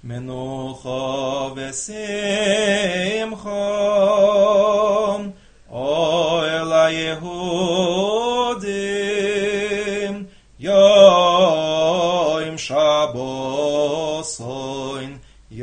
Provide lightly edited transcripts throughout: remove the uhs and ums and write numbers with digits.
מנוחה ושמחה, אוהל היהודים, יום שבוסוין,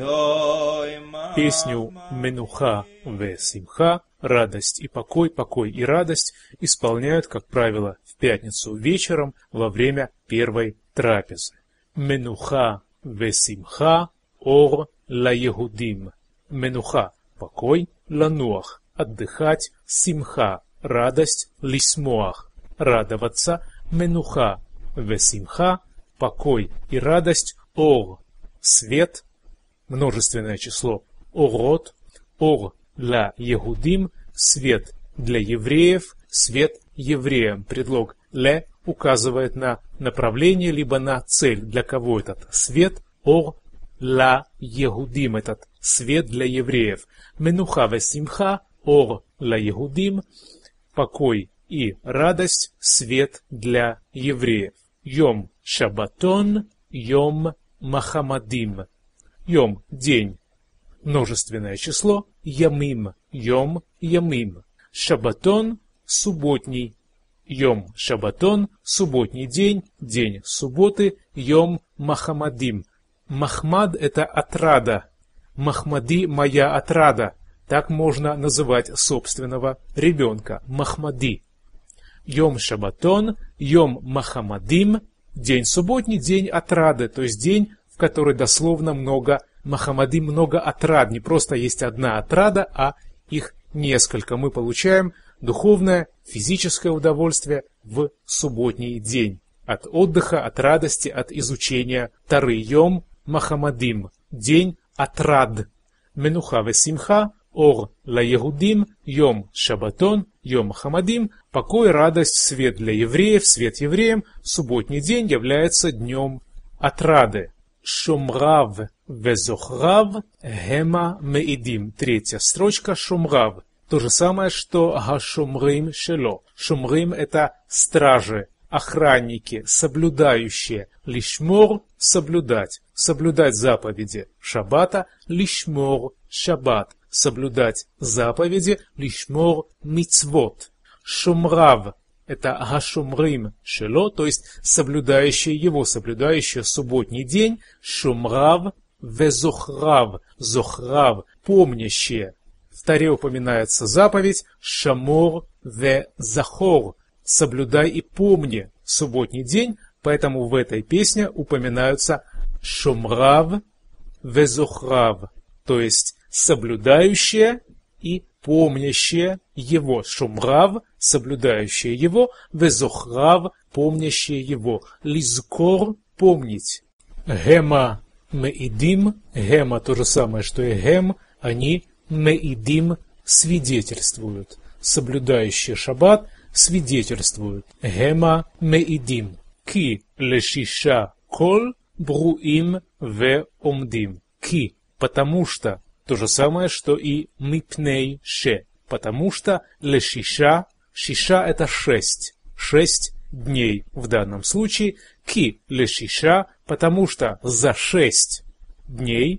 Песню «Менуха ве симха» «Радость и покой», «Покой и радость» исполняют, как правило, в пятницу вечером во время первой трапезы. «Менуха ве симха» «Ор ла Ехудим». «Менуха» — «покой», «лануах» — «отдыхать», «симха» — «радость», «лисмоах» — «радоваться», «Менуха ве симха» — «покой и радость», «Ор» — «свет», множественное число «орот», «ор ла Ехудим» — «свет для евреев», «свет евреям». Предлог «ле» указывает на направление, либо на цель. Для кого этот свет? «Ор ла Ехудим» — этот свет для евреев. «Менуха ве симха», «ор ла Ехудим» — покой и радость, свет для евреев. «Йом шабатон», «йом махамадим». Йом – день, множественное число, ямим, йом, ямим. Шабатон – субботний. Йом шабатон – субботний день, день субботы, йом махамадим. Махмад – это отрада. Махмади – моя отрада. Так можно называть собственного ребенка. Махмади. Йом шабатон, йом махамадим. День субботний, день отрады, то есть день, в которой дословно много махамадим, много отрад. Не просто есть одна отрада, а их несколько. Мы получаем духовное, физическое удовольствие в субботний день. От отдыха, от радости, от изучения Торы. Йом махамадим. День отрад. Менуха ве симха. Ор ла Ехудим. Йом шабатон. Йом махамадим. Покой, радость, свет для евреев, свет евреям. Субботний день является днем отрады. Шомрав везохрав гема меидим. Третья строчка шомрав. То же самое, что гашомрим шело. Шомрим — это стражи, охранники, соблюдающие. Лишмор — соблюдать. Соблюдать заповеди шаббата. Лишмор — шаббат. Соблюдать заповеди. Лишмор — мицвот. Шомрав — это гашомрим шело, то есть соблюдающие его, соблюдающие субботний день. Шомрав везохрав. Зохрав — помнящие. В Торе упоминается заповедь шамор ве захор. Соблюдай и помни субботний день, поэтому в этой песне упоминаются шомрав везохрав, то есть соблюдающие и помнящие его. Шумрав — соблюдающие его, везохрав — помнящие его. Лизкор — помнить. Гема меидим. Гема — то же самое, что и гем. Они меидим — свидетельствуют. Соблюдающие шаббат свидетельствуют. Гема меидим. Ки лешиша кол бруим ве омдим. Ки — потому что. То же самое, что и мипней ше. Потому что лешиша, шиша — это 6. 6 дней в данном случае. Ки лешиша, потому что за 6 дней.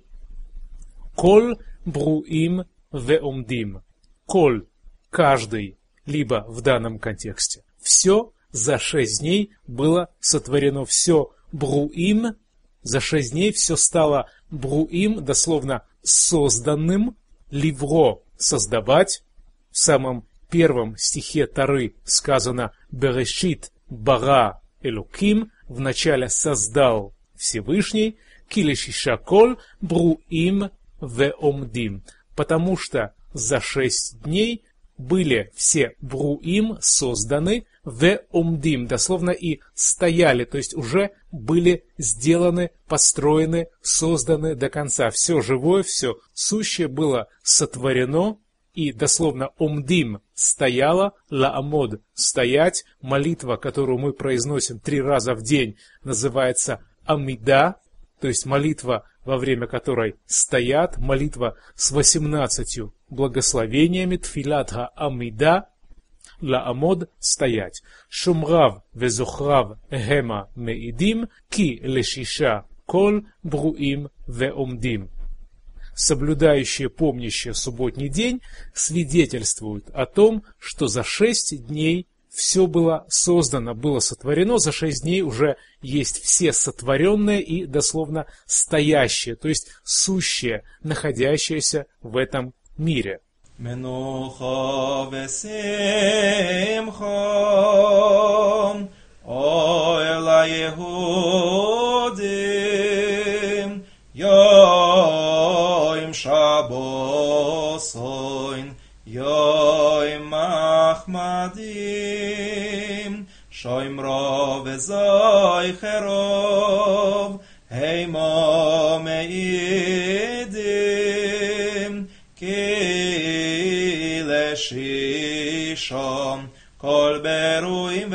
Кол бруим веомдим. Кол — каждый, либо в данном контексте все за 6 дней было сотворено. Все бруим, за 6 дней все стало бруим, дословно созданным. Ливро — создавать. В самом первом стихе Торы сказано «Берешит бара элоким», в начале создал Всевышний. «Килешиша кол бруим веомдим», потому что за 6 дней были все бруим созданы, веомдим, дословно и стояли, то есть уже были сделаны, построены, созданы до конца. Все живое, все сущее было сотворено, и дословно омдим — стояло, лаамод — стоять. Молитва, которую мы произносим 3 раза в день, называется амида, то есть молитва, во время которой стоят, молитва с 18 благословениями, тфилат ха-амида, лаамод — стоять. Шумрав везохрав гема меидим, ки лешиша кол бруим веомдим. Соблюдающие, помнящие субботний день свидетельствуют о том, что за 6 дней все было создано, было сотворено, за 6 дней уже есть все сотворенное и дословно стоящее, то есть сущее, находящееся в этом мире. מנוחה ושמחה, אוהל היהודים, יום שבוסוין, יום מחמדים, שוימרו וזויכרוב, הימו מעידים, שישום כל ברואים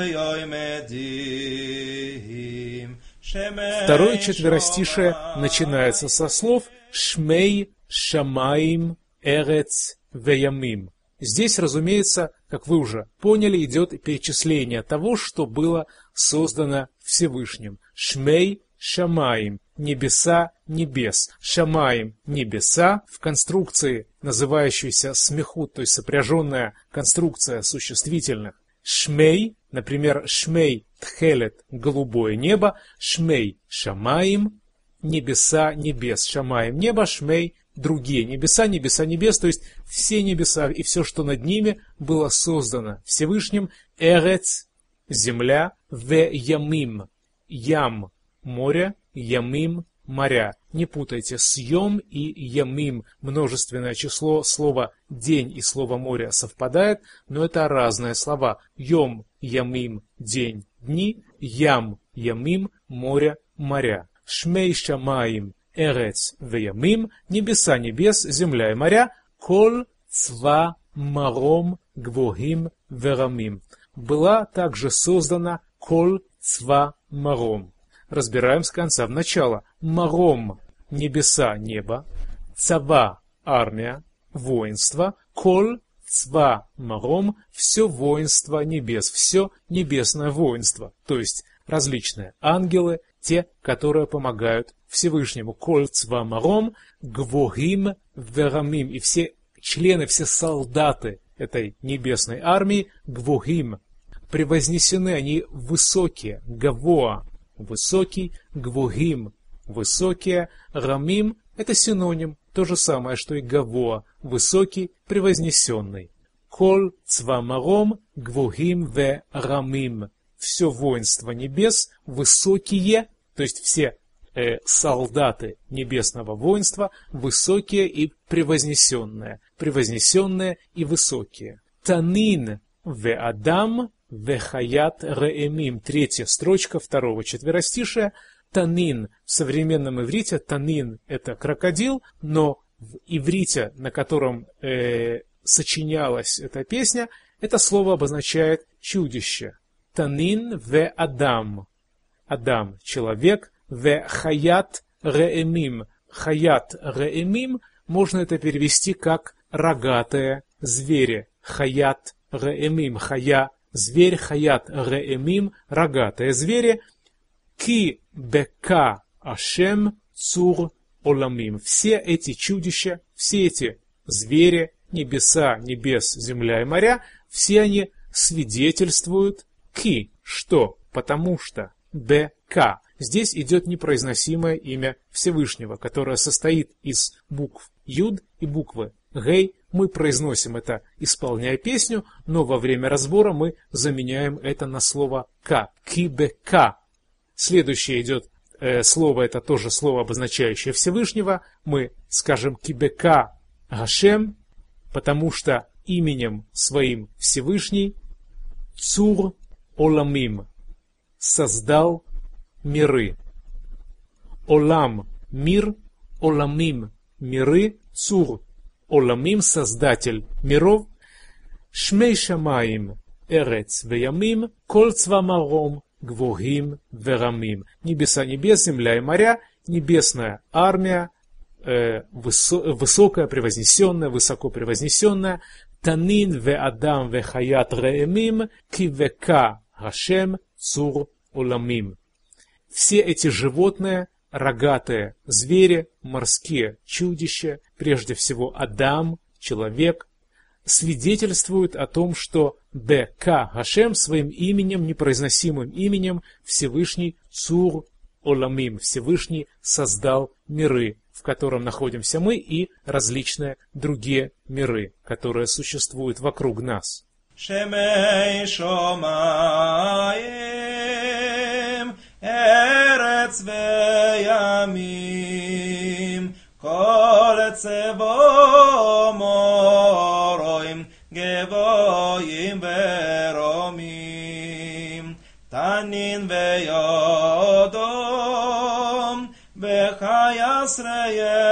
ויומדים. Второе четверостишее начинается со слов «Шмей шамаим эрец веямим». Здесь, разумеется, как вы уже поняли, идет перечисление того, что было создано Всевышним. Шмей шамаим – небеса небес. Шамаим – небеса в конструкции, называющейся смехут, то есть сопряженная конструкция существительных. Шмей, например, шмей тхелет – голубое небо, шмей шамаим – небеса небес. Шамаим – небо, шмей – другие небеса, небеса небес, то есть все небеса и все, что над ними, было создано Всевышним. Эрец – земля, ве ямим – ям – море, ямим – моря. Не путайте, с йом и ямим множественное число слова день и слова море совпадает, но это разные слова. Йом, ямим, день, дни, ям, ямим, море, моря. Шмей шамаим, эрец веямим, небеса небес, земля и моря, кол цва маром гвохим верамим. Была также создана кол цва маром. Разбираем с конца в начало. Маром – небеса, небо. Цава – армия, воинство. Коль цва маром – все воинство небес, все небесное воинство. То есть различные ангелы, те, которые помогают Всевышнему. Коль цва маром гвохим верамим. И все члены, все солдаты этой небесной армии гвохим. Превознесены они высокие, гавоа. Высокий, гвохим, высокие, рамим – это синоним, то же самое, что и гавоа, высокий, превознесенный. Кол цвамаром, гвохим ве рамим – все воинство небес, высокие, то есть все солдаты небесного воинства, высокие и превознесенные и высокие. Танин ве адам, вехаят реэмим. Третья строчка второго четверостишия. Танин. В современном иврите танин – это крокодил, но в иврите, на котором сочинялась эта песня, это слово обозначает чудище. Танин ве адам. Адам – человек. Ве хаят реэмим. Хаят реэмим можно это перевести как рогатые звери. Хаят реэмим. Хая – зверь, хаят реэмим, рогатые звери. Ки бека ашем цур оламим. Все эти чудища, все эти звери, небеса, небес, земля и моря, все они свидетельствуют ки, что, потому что, бека. Здесь идет непроизносимое имя Всевышнего, которое состоит из букв Юд и буквы Гей. Мы произносим это, исполняя песню, но во время разбора мы заменяем это на слово «ка», «кибека». Следующее идет слово, это тоже слово, обозначающее Всевышнего. Мы скажем «кибека Гашем», потому что именем своим Всевышний «цур оламим» создал миры. Олам – мир, оламим – миры, цур Оламим, создатель миров. Шмей шамаим, эрец веямим, кол цвамаром, гвохим верамим. Небеса небес, земля и моря, небесная армия, высокая, превознесенная, высоко превознесенная. Танин ве адам ве хаят реэмим, кивека гашем цур оламим. Все эти животные, рогатые звери, морские чудища, прежде всего Адам, человек, свидетельствуют о том, что Б.К. Гашем своим именем, непроизносимым именем, Всевышний Цур Оламим, Всевышний создал миры, в котором находимся мы, и различные другие миры, которые существуют вокруг нас. שמי שמיים, ארץ וימים, כל צבו מורים, גבוהים ורומים, תנין ויודום, בחייסרי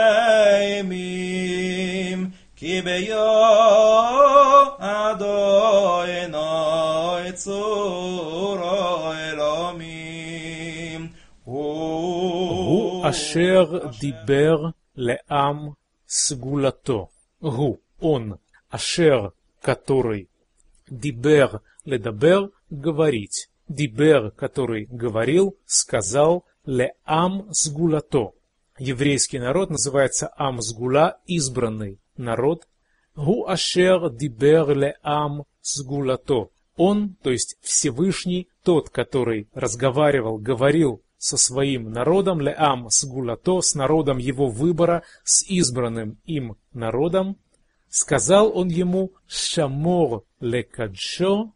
ימים, כי אדוני צורו אלומים. הוא אשר דיבר לעם סגולתו. הוא, он, ашер, который, дибер, ледабер, говорить. Дибер, который говорил, сказал, леам сгулато. Еврейский народ называется ам сгула, избранный народ. Гу ашер дибер леам сгулато. Он, то есть Всевышний, тот, который разговаривал, говорил со своим народом, леам сгулато, с народом его выбора, с избранным им народом. Сказал он ему «Шамор лекадшо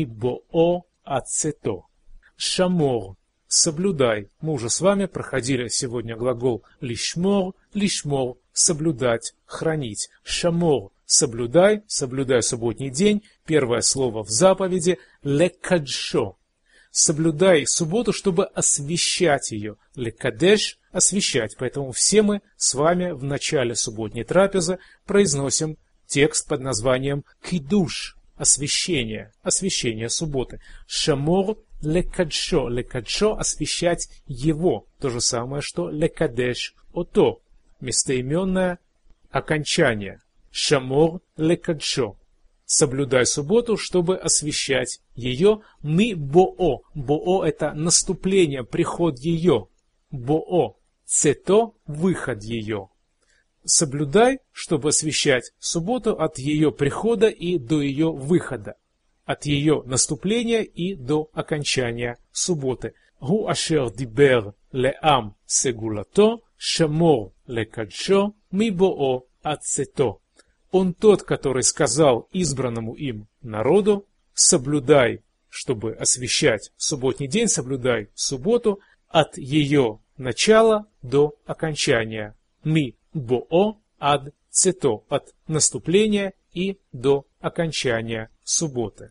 мибоо ацето». «Шамор» — «соблюдай». Мы уже с вами проходили сегодня глагол «лишмор», «лишмор» — «соблюдать», «хранить». «Шамор» — «соблюдай», «соблюдай субботний день». Первое слово в заповеди «лекадшо». Соблюдай субботу, чтобы освящать ее. Лекадеш — освящать. Поэтому все мы с вами в начале субботней трапезы произносим текст под названием «кидуш» — освящение, освящение субботы. «Шамор лекадшо». Лекадшо — освящать его. То же самое, что лекадеш ото. Местоименное окончание. «Шамор лекадшо». Соблюдай субботу, чтобы освящать ее. Мы боо. Боо — это наступление, приход ее. Боо. Цето — выход ее. Соблюдай, чтобы освящать субботу от ее прихода и до ее выхода. От ее наступления и до окончания субботы. Гу ашер дибер леам сегулато, шамор лекадшо, ми боо ацето. Он тот, который сказал избранному им народу, соблюдай, чтобы освящать субботний день, соблюдай субботу от ее начала до окончания. Ми боо ад цето, от наступления и до окончания субботы.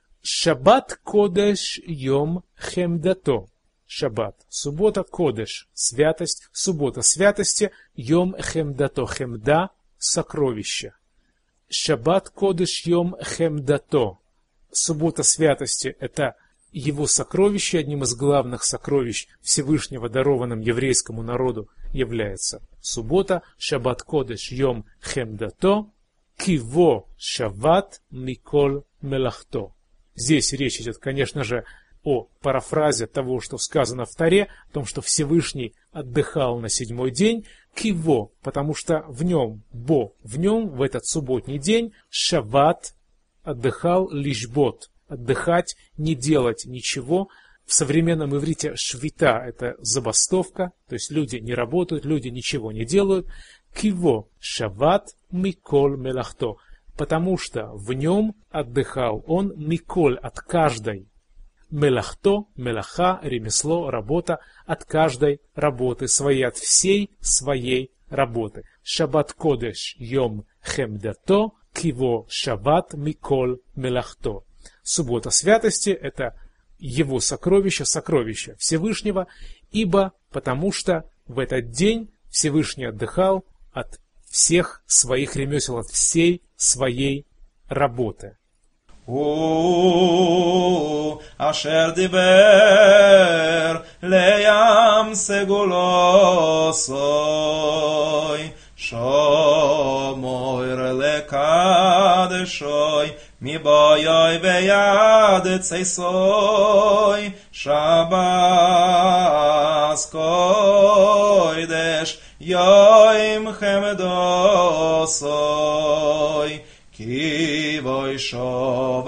Шаббат кодеш йом хемдато. Шаббат — суббота, кодеш — святость, суббота святости, йом хемдато, хемда — сокровище. Шаббат кодеш йом хемдато. Суббота святости — это его сокровище. Одним из главных сокровищ Всевышнего, дарованным еврейскому народу, является суббота. Шаббат кодеш йом хемдато, киво шават миколь мелахто. Здесь речь идет, конечно же, о парафразе того, что сказано в Торе, о том, что Всевышний отдыхал на седьмой день, киво, потому что в нем, в этот субботний день, шават, отдыхал, лишбот, отдыхать, не делать ничего. В современном иврите швита — это забастовка, то есть люди не работают, люди ничего не делают. Киво, шават, миколь мелахто, потому что в нем отдыхал он, миколь, от каждой. Мелахто, мелаха, ремесло, работа, от каждой работы своей, от всей своей работы. Шаббат кодеш йом хемдато, киво шаббат миколь мелахто. Суббота святости — это его сокровище, сокровище Всевышнего, ибо потому что в этот день Всевышний отдыхал от всех своих ремесел, от всей своей работы. הוא אשר דיבר לים סגולוסוי שומר לקדשוי מבויוי ויד צייסוי שבס קוידש יוים חמדוסוי כי בוי שוב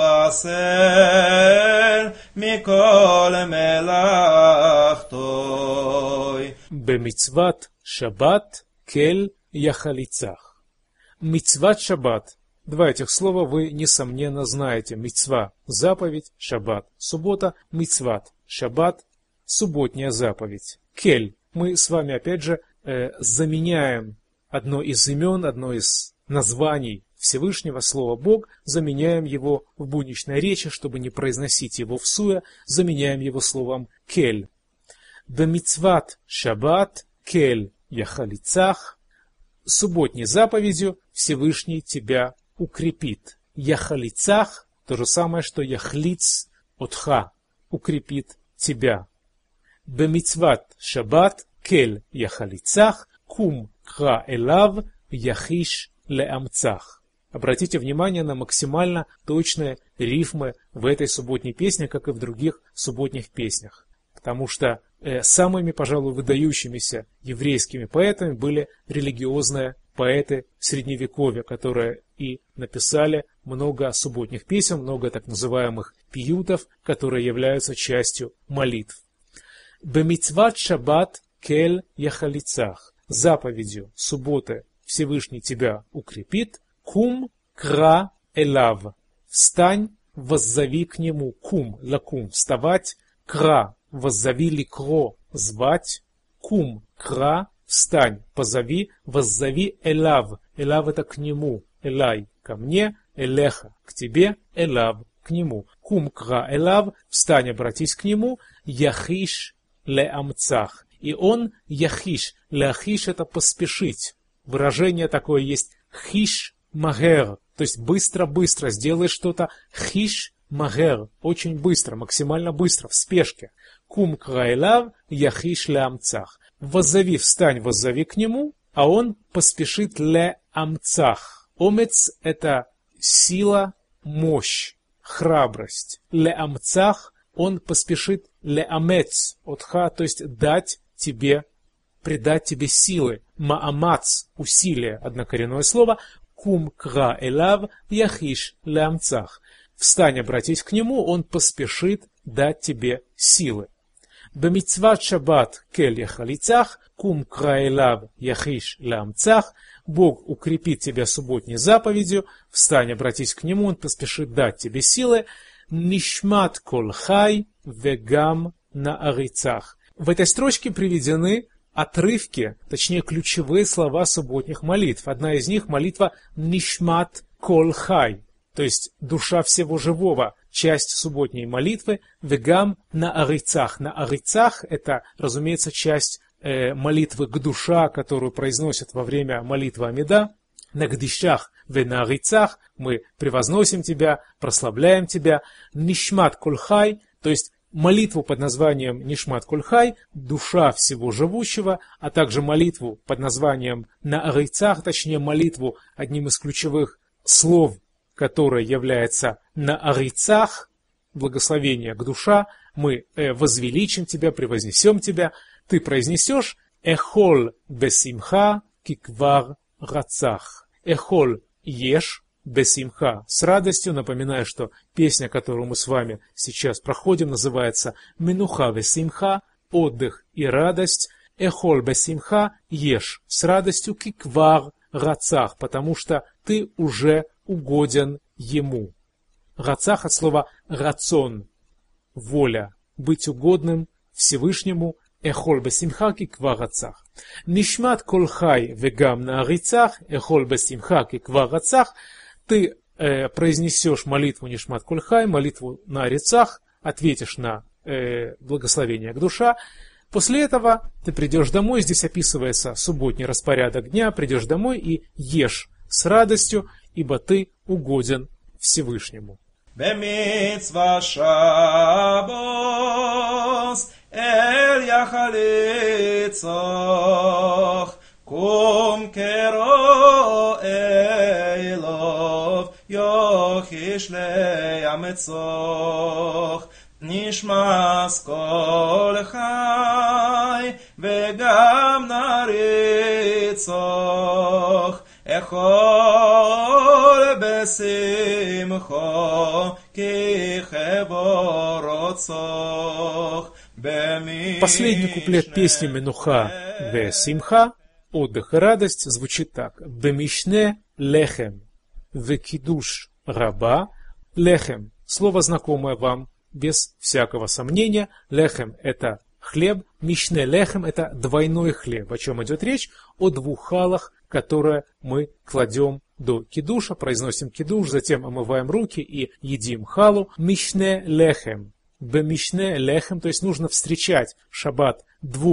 עשר מכל מלאכתוי. במצוות шаббат кель яхалицах. Мицват шаббат. Два этих слова вы, несомненно, знаете. Мицва – заповедь, шаббат – суббота, мицват – шаббат – субботняя заповедь. Кель. Мы с вами, опять же, заменяем одно из имен, одно из названий Всевышнего, слова Бог, заменяем его в будничной речи, чтобы не произносить его всуя, заменяем его словом кель. Бемицват шаббат кель яхалицах. Субботней заповедью Всевышний тебя укрепит. Яхалицах – то же самое, что яхлиц отха – укрепит тебя. Бемицват шаббат кель яхалицах кум кра элав яхиш леамцах. Обратите внимание на максимально точные рифмы в этой субботней песне, как и в других субботних песнях. Потому что самыми, пожалуй, выдающимися еврейскими поэтами были религиозные поэты Средневековья, которые и написали много субботних песен, много так называемых пиютов, которые являются частью молитв. Бемицват шаббат кель яхалицах. Заповедью субботы Всевышний тебя укрепит. Кум кра элав. Встань, воззови к нему. Кум, лакум, вставать. Кра, воззови, ликро, звать. Кум, кра, встань, позови, воззови элав. Элав это к нему. Элай, ко мне. Элеха, к тебе. Элав, к нему. Кум кра элав, встань, обратись к нему. Яхиш леамцах. И он яхиш. Леахиш это поспешить. Выражение такое есть хиш магер, то есть быстро-быстро сделай что-то. Хиш магер, очень быстро, максимально быстро, в спешке. Кум крайлав яхиш леамцах. Воззови, встань, воззови к нему, а он поспешит леамцах. Омец это сила, мощь, храбрость. Леамцах он поспешит леамец, отха, то есть дать тебе, придать тебе силы. Маамац, усилие, однокоренное слово. Кум кра элав яхиш леамцах. Встань, обратись к нему, он поспешит дать тебе силы. Бемицват шаббат кель яхалицах, кум кра элав яхиш леамцах. Бог укрепит тебя субботней заповедью. Встань, обратись к нему, он поспешит дать тебе силы. Нишмат кол хай вегам наарицах. В этой строчке приведены отрывки, точнее ключевые слова субботних молитв. Одна из них молитва «Нишмат кол хай», то есть душа всего живого, часть субботней молитвы «Вегам на арицах». На арицах это, разумеется, часть молитвы к душа, которую произносят во время молитвы Амида. На гдишах ве на арицах мы превозносим тебя, прославляем тебя. «Нишмат кол хай», то есть молитву под названием Нишмат Кульхай, душа всего живущего, а также молитву под названием На Арицах, точнее молитву, одним из ключевых слов, которое является На Арицах, благословение к душа, мы возвеличим тебя, превознесем тебя, ты произнесешь Эхол бесимха киквар рацах. Эхол ешь, бесимха, с радостью. Напоминаю, что песня, которую мы с вами сейчас проходим, называется Менуха бесимха, отдых и радость. Эхол бесимха, ешь с радостью, киквар рацах, потому что ты уже угоден ему. Рацах от слова рацион, воля, быть угодным Всевышнему. Эхол бесимха киквар рацах. Нишмат кол хай вегам наарицах, эхол бесимха киквар рацах. Ты произнесешь молитву Нишмат кол хай, молитву на арицах, ответишь на благословение к душа. После этого ты придешь домой, здесь описывается субботний распорядок дня, придешь домой и ешь с радостью, ибо ты угоден Всевышнему. במצווה שבוס אל יחליצוך קום קרוא אלוב יוכי בשלי המצוך, נשמס כל חי, וגם נריצוך, אכול בשמחו, כי חבור רוצוך. Последний куплет песни Менуха ве Симха, отдых и радость, звучит так. Бемишне лехем, ве кидуш раба, лехем. Слово знакомое вам, без всякого сомнения. Лехем – это хлеб, мишне лехем – это двойной хлеб. О чем идет речь? О двух халах, которые мы кладем до кидуша, произносим кидуш, затем омываем руки и едим халу. Мишне лехем. Бемишне лехем, то есть нужно встречать шаббат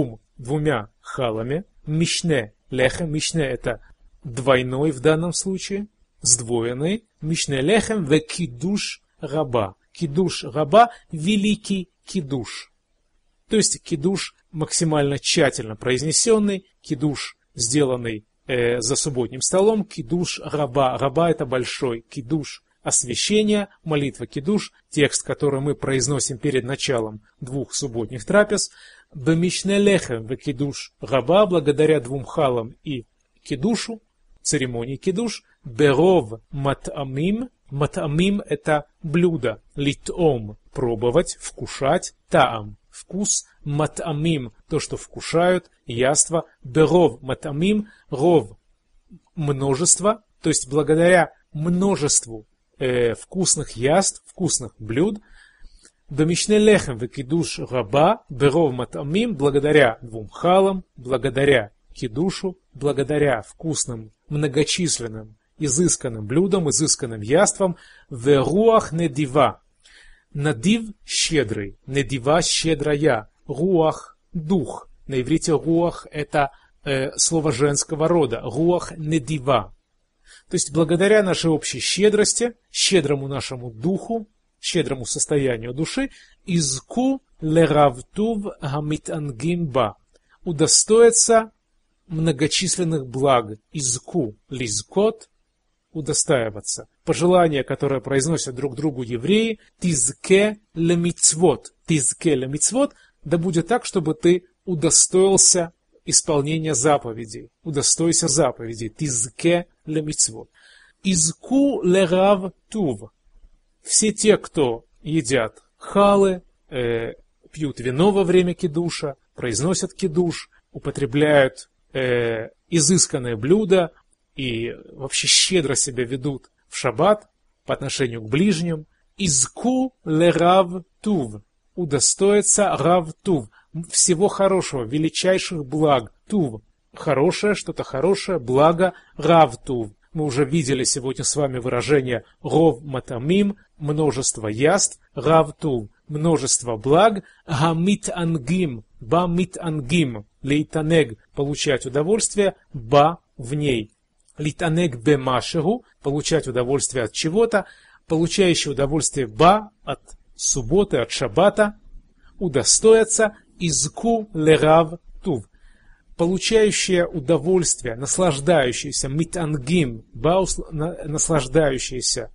двумя халами. Мишне лехем, мишне это двойной в данном случае, сдвоенный. Мишне лехем ве кидуш раба. Кидуш раба – великий кидуш. То есть кидуш максимально тщательно произнесенный, кидуш сделанный за субботним столом, кидуш раба. Раба это большой кидуш. Освящение, молитва кидуш, текст, который мы произносим перед началом двух субботних трапез. Бемишне лехем ве кидуш раба, благодаря двум халам и кидушу, церемонии кидуш. Беров матамим. Матамим это блюдо. Литом пробовать, вкушать. Таам вкус. Матамим то, что вкушают, яство. Беров матамим. Ров множество, то есть благодаря множеству вкусных яств, вкусных блюд. Бемишне лехем ве кидуш раба, беров матамим, благодаря двум халам, благодаря кидушу, благодаря вкусным, многочисленным, изысканным блюдам, изысканным яствам, ве руах недива. Надив щедрый, недива щедрая, руах дух. На иврите руах это слово женского рода, руах недива. То есть благодаря нашей общей щедрости, щедрому нашему духу, щедрому состоянию души, изку леравтув гамитангимба, удостоится многочисленных благ. Изку лизкот, удостаиваться. Пожелание, которое произносят друг другу евреи, тизке лемицвот. Тизке лемицвот, да будет так, чтобы ты удостоился исполнения заповедей. Удостойся заповедей. Тизке лемицвот. Изку лерав тув. Все те, кто едят халы, пьют вино во время кидуша, произносят кидуш, употребляют изысканное блюдо и вообще щедро себя ведут в шаббат по отношению к ближним. Изку лерав тув. Удостоится рав тув. Всего хорошего, величайших благ. Тув. Хорошее, что-то хорошее, благо, рав тув. Мы уже видели сегодня с вами выражение ров матамим, множество яств, рав тув, множество благ, гамит ангим, ба мит ангим, лейтанег, получать удовольствие, ба в ней. Лейтанег бемашеру, получать удовольствие от чего-то, получающий удовольствие ба от субботы, от шаббата, удостоятся изку лерав тув. Получающие удовольствие, наслаждающиеся митангим, наслаждающиеся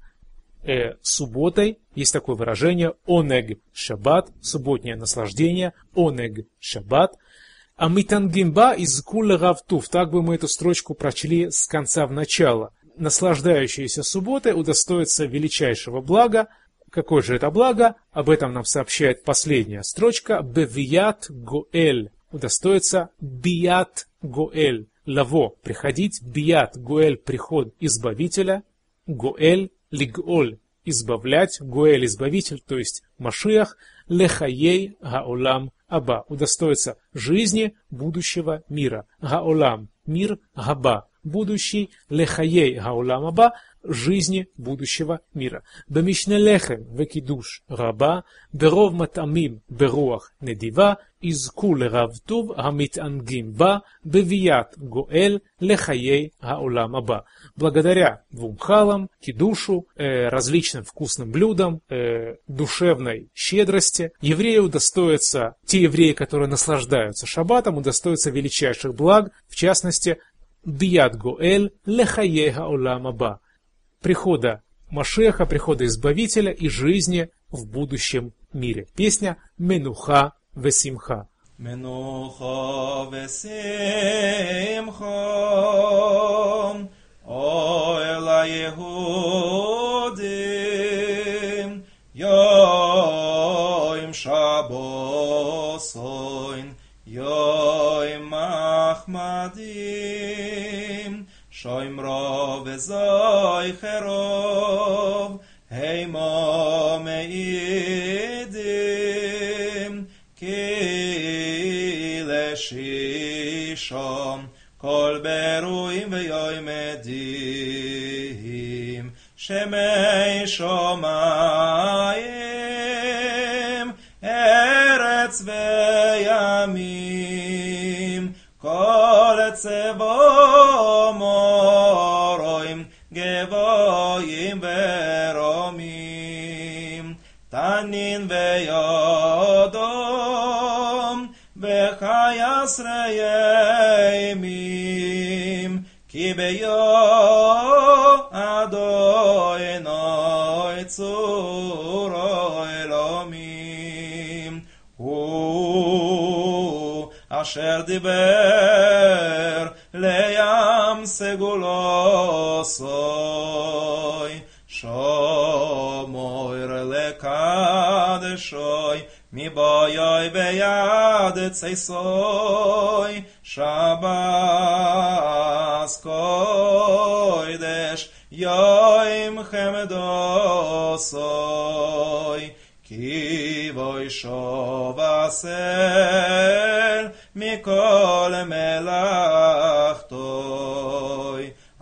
субботой, есть такое выражение онег шаббат, субботнее наслаждение, онег шаббат. А митангимба из куль равтув, так бы мы эту строчку прочли с конца в начало. Наслаждающиеся субботой удостоятся величайшего блага. Какое же это благо? Об этом нам сообщает последняя строчка. Бевият гоэль. Удостоится бият гоэль. Лаво. Приходить. Бият гоэль. Приход избавителя. Гоэль. Лиголь. Избавлять. Гоэль. Избавитель. То есть Машиах. Лехаей гаолам аба. Удостоится жизни будущего мира. Гаолам. Мир. Габа. Будущий. Лехаей гаолам аба. Жизни будущего мира. Бемишне лехем векидуш раба, беров матамим беруах недива, изку леравтув гамитангим ба, бевият гоэль лехаей гаолам аба. Благодаря двум халам, кидушу, различным вкусным блюдам, душевной щедрости, евреи удостоятся, те евреи, которые наслаждаются шаббатом, удостоятся величайших благ, в частности, бият гоэль лехаей гаолам аба. Прихода Машеха, прихода Избавителя и жизни в будущем мире. Песня «Менуха весимха». Menucha v'simcha oel ha-Yehudim Yom Shabbosoin Yom Machmadim Shoimro v'zoicherov Heimo meidim Shisham kol beruim v'yoymedim Shemei shomayim Eretz v'yamim Kol etzevo moroim Gevoyim v'romim Tanin v'yodom V'chayas re'yemim Ki beyo Adonai tzuro elomim Hu asher diber leyam segulosoi Shomoir lekadeshoi Mi boyoy beyad tzeisoy Shabbos kodesh Yoim chemdosoy Ki voy shovasel Mikol melachtoy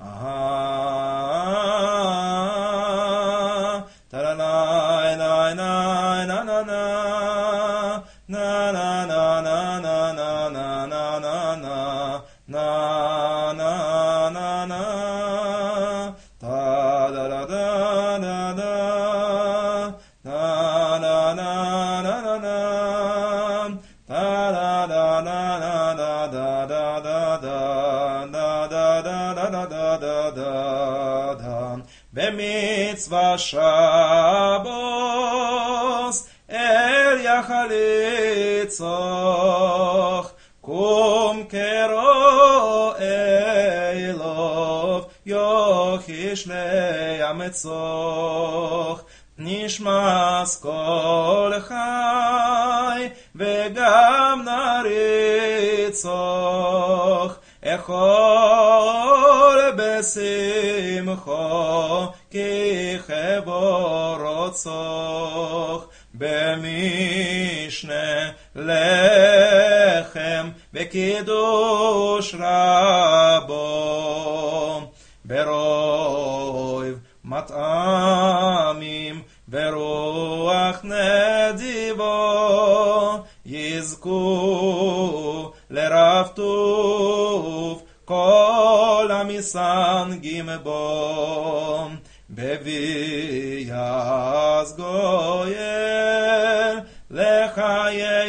B'mitzvah Shabbos El Yachalitzoch Kum Kero Elov Yochish Le'ametzoch Nishmas Kol Chai V'gam Naritzoch Echol Besimcho Ki Chevorotzoch B'mishne Lechem V'kidush Rabo Beroiv Mat'amim Beruach Nedivo Yizku Lerav Tuv Kol Amisangim Bo Beviyaz Goyel Lechaye